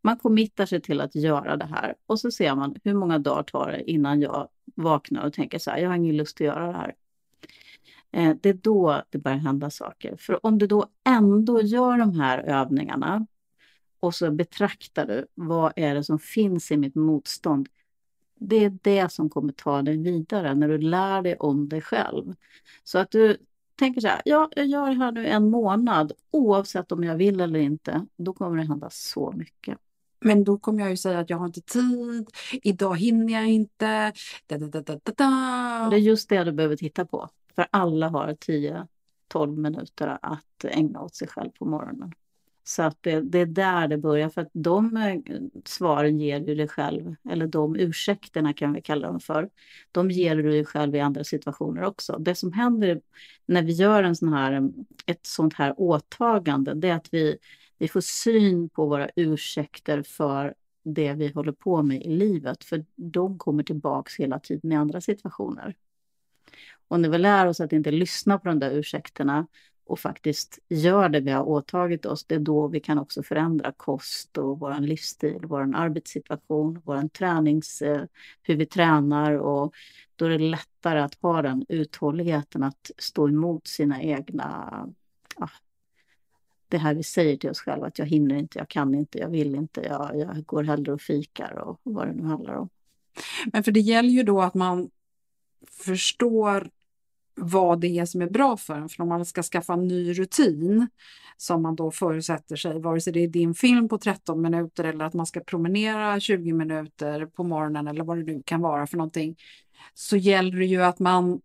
Man committar sig till att göra det här och så ser man hur många dagar tar det innan jag vaknar och tänker så här, jag har ingen lust att göra det här. Eh, det är då det börjar hända saker. För om du då ändå gör de här övningarna och så betraktar du, vad är det som finns i mitt motstånd? Det är det som kommer ta dig vidare när du lär dig om dig själv. Så att du tänker så här, ja, jag gör det här nu en månad, oavsett om jag vill eller inte, då kommer det hända så mycket. Men då kommer jag ju säga att jag har inte tid, idag hinner jag inte. Da, da, da, da, da. Och det är just det du behöver titta på. För alla har tio tolv minuter att ägna åt sig själv på morgonen. Så att det, det är där det börjar. För att de eh, svaren ger du dig själv. Eller de ursäkterna kan vi kalla dem för. De ger du dig själv i andra situationer också. Det som händer när vi gör en sån här, ett sånt här åtagande. Det är att vi, vi får syn på våra ursäkter för det vi håller på med i livet. För de kommer tillbaka hela tiden i andra situationer. Och när vi lär oss att inte lyssna på de där ursäkterna och faktiskt gör det vi har åtagit oss, det är då vi kan också förändra kost och vår livsstil, vår arbetssituation, vår tränings, hur vi tränar, och då är det lättare att ha den uthålligheten att stå emot sina egna, ja, det här vi säger till oss själva, att jag hinner inte, jag kan inte, jag vill inte, jag, jag går hellre och fikar och vad det nu handlar om. Men för det gäller ju då att man förstår vad det är som är bra för en. För om man ska skaffa en ny rutin som man då förutsätter sig, vare sig det är din film på tretton minuter eller att man ska promenera tjugo minuter på morgonen eller vad det nu kan vara för någonting, så gäller det ju att man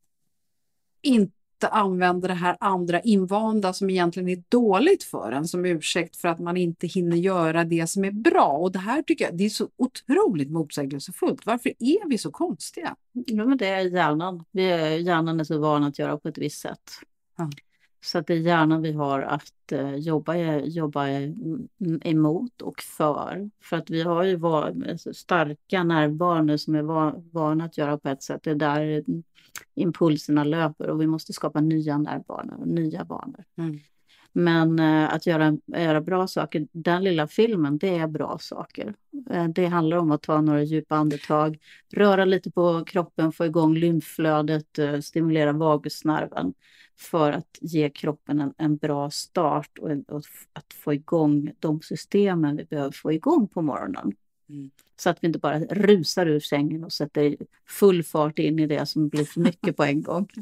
inte använder det här andra invanda som egentligen är dåligt för en som ursäkt för att man inte hinner göra det som är bra. Och det här tycker jag, det är så otroligt motsägelsefullt. Varför är vi så konstiga? Ja, men det är hjärnan. Vi är, hjärnan är så van att göra på ett visst sätt. Ja. Så att det är hjärnan vi har att uh, jobba, jobba emot och för. För att vi har ju var, alltså, starka nervbanor som är van, vana att göra på ett sätt. Det är där impulserna löper och vi måste skapa nya nervbanor och nya banor. Mm. Men uh, att göra, göra bra saker, den lilla filmen, det är bra saker. Uh, det handlar om att ta några djupa andetag, röra lite på kroppen, få igång lymfflödet, uh, stimulera vagusnerven för att ge kroppen en, en bra start och, en, och att få igång de systemen vi behöver få igång på morgonen. Mm. Så att vi inte bara rusar ur sängen och sätter full fart in i det som blir för mycket på en gång.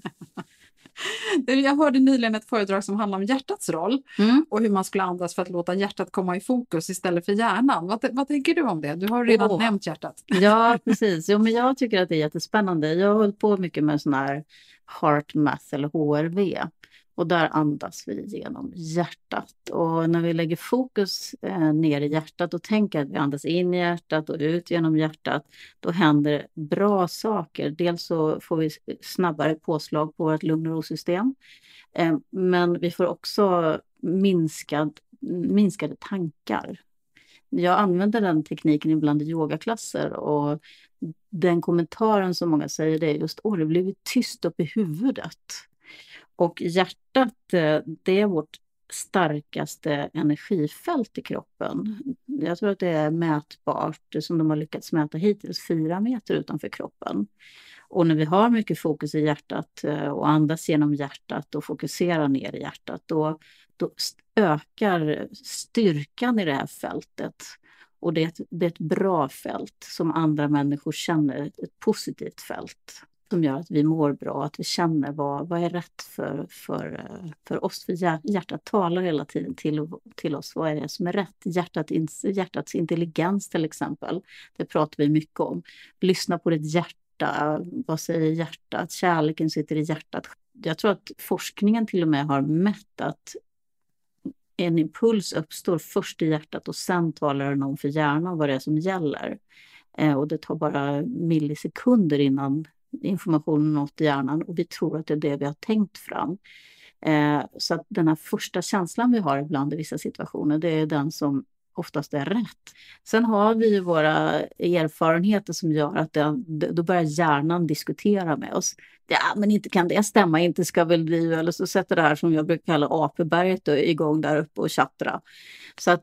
Jag hörde nyligen ett föredrag som handlar om hjärtats roll mm. och hur man skulle andas för att låta hjärtat komma i fokus istället för hjärnan. Vad, vad tänker du om det? Du har redan oh. nämnt hjärtat. Ja, precis. Jo, men jag tycker att det är jättespännande. Jag har hållit på mycket med sån här heart math eller H R V. Och där andas vi genom hjärtat. Och när vi lägger fokus eh, ner i hjärtat och tänker att vi andas in i hjärtat och ut genom hjärtat, då händer bra saker. Dels så får vi snabbare påslag på vårt lugn- och rosystem. Eh, men vi får också minskad, minskade tankar. Jag använder den tekniken ibland i yogaklasser och den kommentaren som många säger, det är just åh, det blir tyst upp i huvudet. Och hjärtat, det är vårt starkaste energifält i kroppen. Jag tror att det är mätbart, som de har lyckats mäta hittills, fyra meter utanför kroppen. Och när vi har mycket fokus i hjärtat och andas genom hjärtat och fokuserar ner i hjärtat, då, då ökar styrkan i det här fältet. Och det är, ett, det är ett bra fält som andra människor känner, ett positivt fält. Som gör att vi mår bra, att vi känner vad, vad är rätt för, för, för oss. För hjärtat talar hela tiden till, till oss. Vad är det som är rätt? Hjärtat, hjärtats intelligens till exempel. Det pratar vi mycket om. Lyssna på ditt hjärta. Vad säger hjärtat? Kärleken sitter i hjärtat. Jag tror att forskningen till och med har mätt att en impuls uppstår först i hjärtat och sen talar den om för hjärnan vad det är som gäller. Eh, och det tar bara millisekunder innan informationen nått hjärnan och vi tror att det är det vi har tänkt fram. Eh, så att den här första känslan vi har ibland i vissa situationer, det är den som oftast är rätt. Sen har vi ju våra erfarenheter som gör att det, då börjar hjärnan diskutera med oss. Ja, men inte kan det stämma, inte ska väl vi, eller så sätter det här som jag brukar kalla apeberget igång där uppe och tjattra. Så att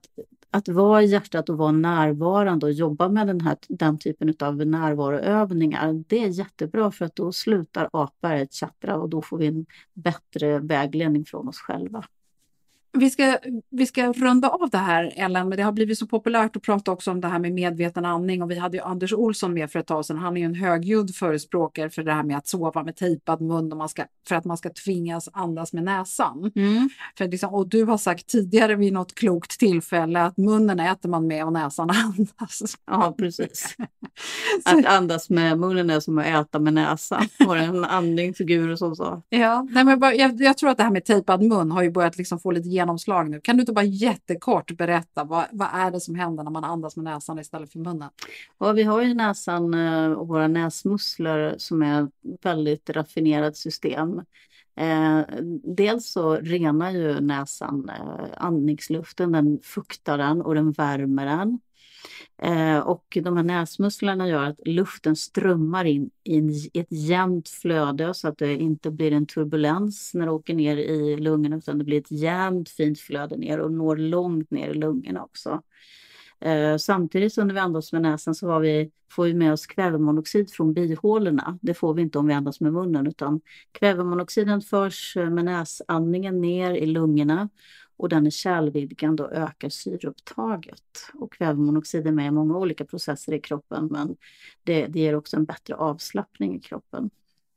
att vara i hjärtat och vara närvarande och jobba med den, här, den typen av närvaroövningar, det är jättebra för att då slutar apberget tjattra och då får vi en bättre vägledning från oss själva. Vi ska, vi ska runda av det här, Ellen, men det har blivit så populärt att prata också om det här med medveten andning, och vi hade ju Anders Olsson med för ett tag sedan. Han är ju en högljudd förespråkare för det här med att sova med tejpad mun och man ska, för att man ska tvingas andas med näsan. Mm. För liksom, och du har sagt tidigare vid något klokt tillfälle att munnen äter man med och näsan andas. Ja, precis. Att andas med munnen är som att äta med näsan. Var det en andningsfigur som sa. Ja, nej, men bara, jag, jag tror att det här med tejpad mun har ju börjat liksom få lite genomslag nu. Kan du inte bara jättekort berätta vad, vad är det som händer när man andas med näsan istället för munnen? Ja, vi har ju näsan och våra näsmuskler som är ett väldigt raffinerat system. Eh, dels så renar ju näsan eh, andningsluften, den fuktar den och den värmer den. Eh, och de här näsmusklerna gör att luften strömmar in i ett jämnt flöde så att det inte blir en turbulens när det åker ner i lungorna, utan det blir ett jämnt fint flöde ner och når långt ner i lungorna också. Eh, samtidigt som när vi andas med näsan så har vi, får vi med oss kvävemonoxid från bihålorna. Det får vi inte om vi andas med munnen, utan kvävemonoxiden förs med näsandningen ner i lungorna. Och den är kärlvidgande och ökar syreupptaget. Och kvävemonoxid är med i många olika processer i kroppen, men det, det ger också en bättre avslappning i kroppen.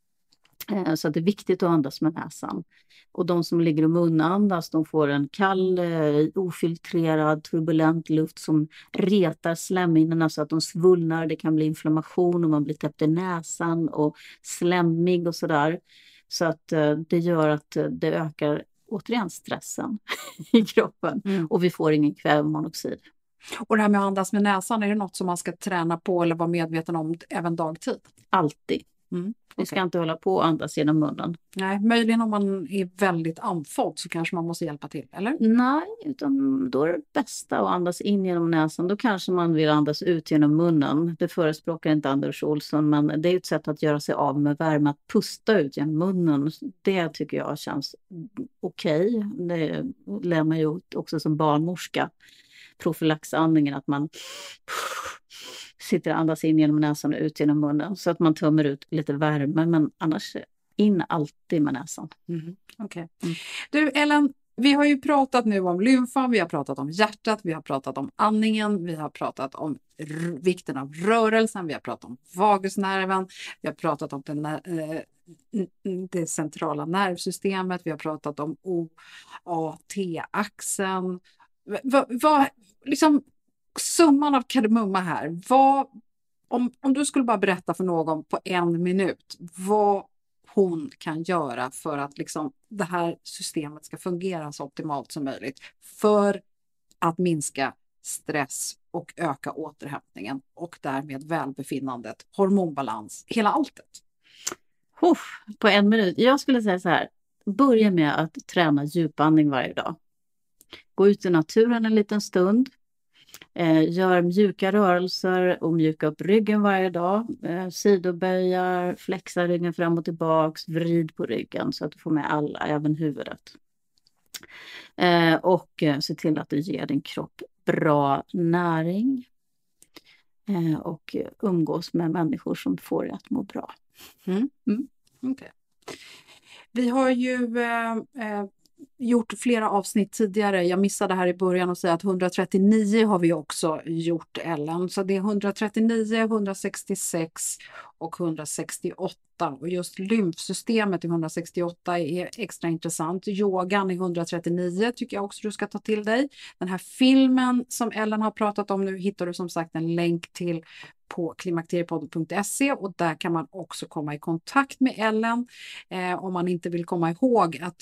Eh, så det är viktigt att andas med näsan. Och de som ligger och munandas, de får en kall, eh, ofiltrerad, turbulent luft som retar slemhinnorna så att de svullnar. Det kan bli inflammation och man blir täppt i näsan och slemmig och sådär. Så att eh, det gör att det ökar återigen stressen i kroppen mm. och vi får ingen kvävemonoxid. Och det här med att andas med näsan, är det något som man ska träna på eller vara medveten om även dagtid? Alltid. Mm. Vi ska okay. inte hålla på och andas genom munnen. Nej, möjligen om man är väldigt andfådd så kanske man måste hjälpa till, eller? Nej, utan då är det bästa att andas in genom näsan. Då kanske man vill andas ut genom munnen. Det förespråkar inte Anders Olsson, men det är ett sätt att göra sig av med värme, att pusta ut genom munnen. Det tycker jag känns okej. Okay. Det lär man ju också som barnmorska. Profylaxandningen, att man sitter och andas in genom näsan och ut genom munnen så att man tömmer ut lite värme, men annars in alltid med näsan. Mm. Okej. Okay. Mm. Du Ellen, vi har ju pratat nu om lymfan, vi har pratat om hjärtat, vi har pratat om andningen, vi har pratat om r- vikten av rörelsen, vi har pratat om vagusnerven, vi har pratat om den eh, det centrala nervsystemet, vi har pratat om O A T-axeln. Vad, vad, liksom summan av kardemumma här, vad, om, om du skulle bara berätta för någon på en minut vad hon kan göra för att liksom det här systemet ska fungera så optimalt som möjligt för att minska stress och öka återhämtningen och därmed välbefinnandet, hormonbalans, hela alltet. Uff, på en minut. Jag skulle säga så här, börja med att träna djupandning varje dag. Gå ut i naturen en liten stund. Eh, gör mjuka rörelser och mjuka upp ryggen varje dag. Eh, sidoböjar, flexa ryggen fram och tillbaks, vrid på ryggen så att du får med alla, även huvudet. Eh, och eh, se till att du ger din kropp bra näring. Eh, och umgås med människor som får dig att må bra. Mm. Mm. Okay. Vi har ju eh, eh, gjort flera avsnitt tidigare. Jag missade här i början att säga att etthundratrettionio har vi också gjort, Ellen. Så det är etthundratrettionio, etthundrasextiosex och etthundrasextioåtta. Och just lymfsystemet i etthundrasextioåtta är extra intressant. Yogan i etthundratrettionio tycker jag också du ska ta till dig. Den här filmen som Ellen har pratat om nu hittar du som sagt en länk till på klimakteriepodden punkt se, och där kan man också komma i kontakt med Ellen eh, om man inte vill komma ihåg att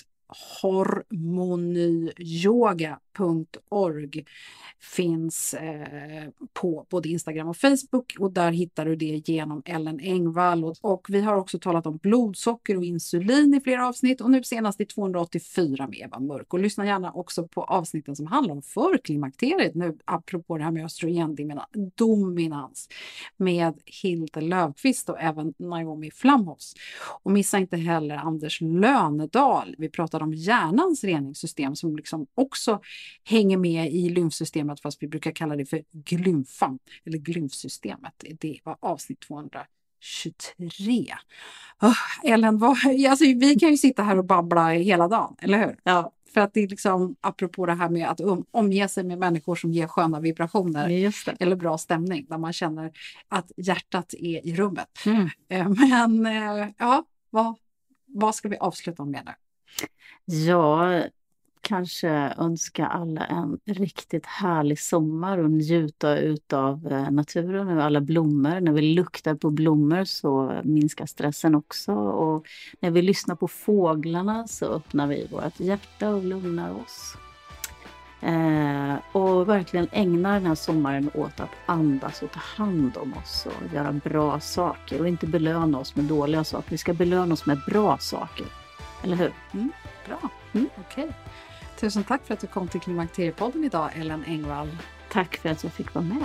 hormonyyoga punkt org finns eh, på både Instagram och Facebook, och där hittar du det genom Ellen Engvall. Och, och vi har också talat om blodsocker och insulin i flera avsnitt, och nu senast i tvåhundraåttiofyra med Eva Mörk. Och lyssna gärna också på avsnitten som handlar om förklimakteriet nu, apropå det här med östrogendominans med Hilde Löfqvist och även Naomi Flamhofs. Och missa inte heller Anders Lönedal. Vi pratade om hjärnans reningssystem som liksom också hänger med i lymfsystemet, fast vi brukar kalla det för glymfan eller glymfsystemet. Det var avsnitt tvåhundratjugotre. Oh, Ellen, vad, alltså, vi kan ju sitta här och babbla hela dagen, eller hur? Ja. För att det är liksom, apropå det här med att um, omge sig med människor som ger sköna vibrationer eller bra stämning, där man känner att hjärtat är i rummet. Mm. Men ja, vad, vad ska vi avsluta med nu? Ja, kanske önska alla en riktigt härlig sommar och njuta utav naturen och alla blommor. När vi luktar på blommor så minskar stressen också, och när vi lyssnar på fåglarna så öppnar vi vårt hjärta och lugnar oss. Eh, och verkligen ägna den här sommaren åt att andas och ta hand om oss och göra bra saker, och inte belöna oss med dåliga saker. Vi ska belöna oss med bra saker, eller hur? Mm, bra, mm. Okej. Okay. Tusen tack för att du kom till Klimakteriepodden idag, Ellen Engvall. Tack för att jag fick vara med.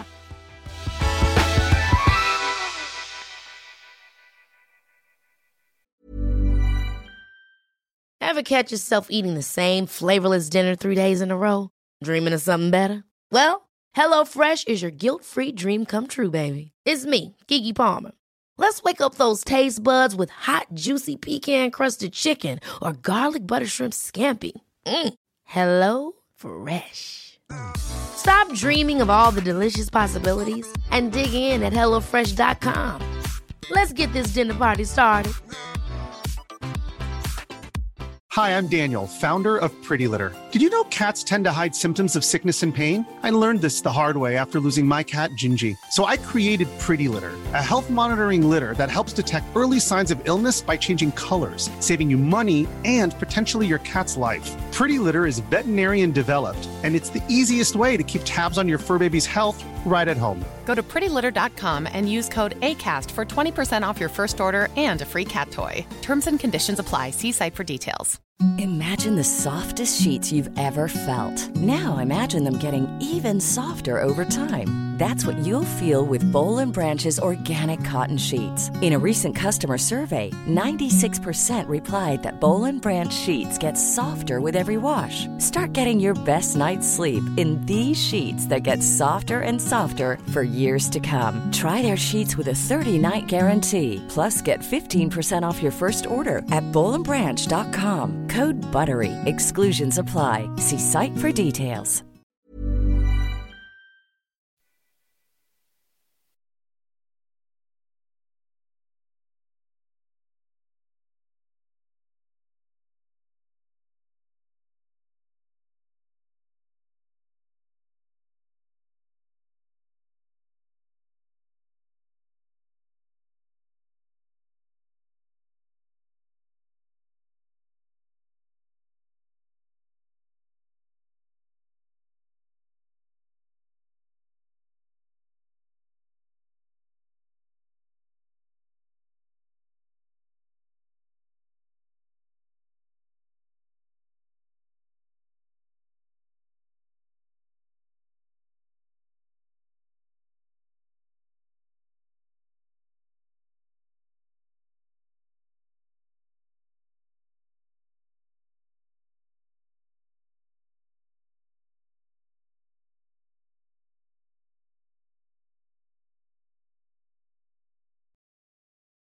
Ever catch yourself eating the same flavorless dinner three days in a row? Dreaming of something better? Well, HelloFresh is your guilt-free dream come true, baby. It's me, Keke Palmer. Let's wake up those taste buds with hot, juicy pecan-crusted chicken or garlic butter shrimp scampi. Mm. Hello Fresh. Stop dreaming of all the delicious possibilities and dig in at hello fresh dot com. Let's get this dinner party started. Hi, I'm Daniel, founder of Pretty Litter. Did you know cats tend to hide symptoms of sickness and pain? I learned this the hard way after losing my cat, Gingy. So I created Pretty Litter, a health monitoring litter that helps detect early signs of illness by changing colors, saving you money and potentially your cat's life. Pretty Litter is veterinarian developed, and it's the easiest way to keep tabs on your fur baby's health right at home. Go to pretty litter dot com and use code ACAST for twenty percent off your first order and a free cat toy. Terms and conditions apply. See site for details. Imagine the softest sheets you've ever felt. Now imagine them getting even softer over time. That's what you'll feel with Boll and Branch's organic cotton sheets. In a recent customer survey, ninety-six percent replied that Boll and Branch sheets get softer with every wash. Start getting your best night's sleep in these sheets that get softer and softer for years to come. Try their sheets with a thirty-night guarantee. Plus, get fifteen percent off your first order at boll and branch dot com. Code BUTTERY. Exclusions apply. See site for details.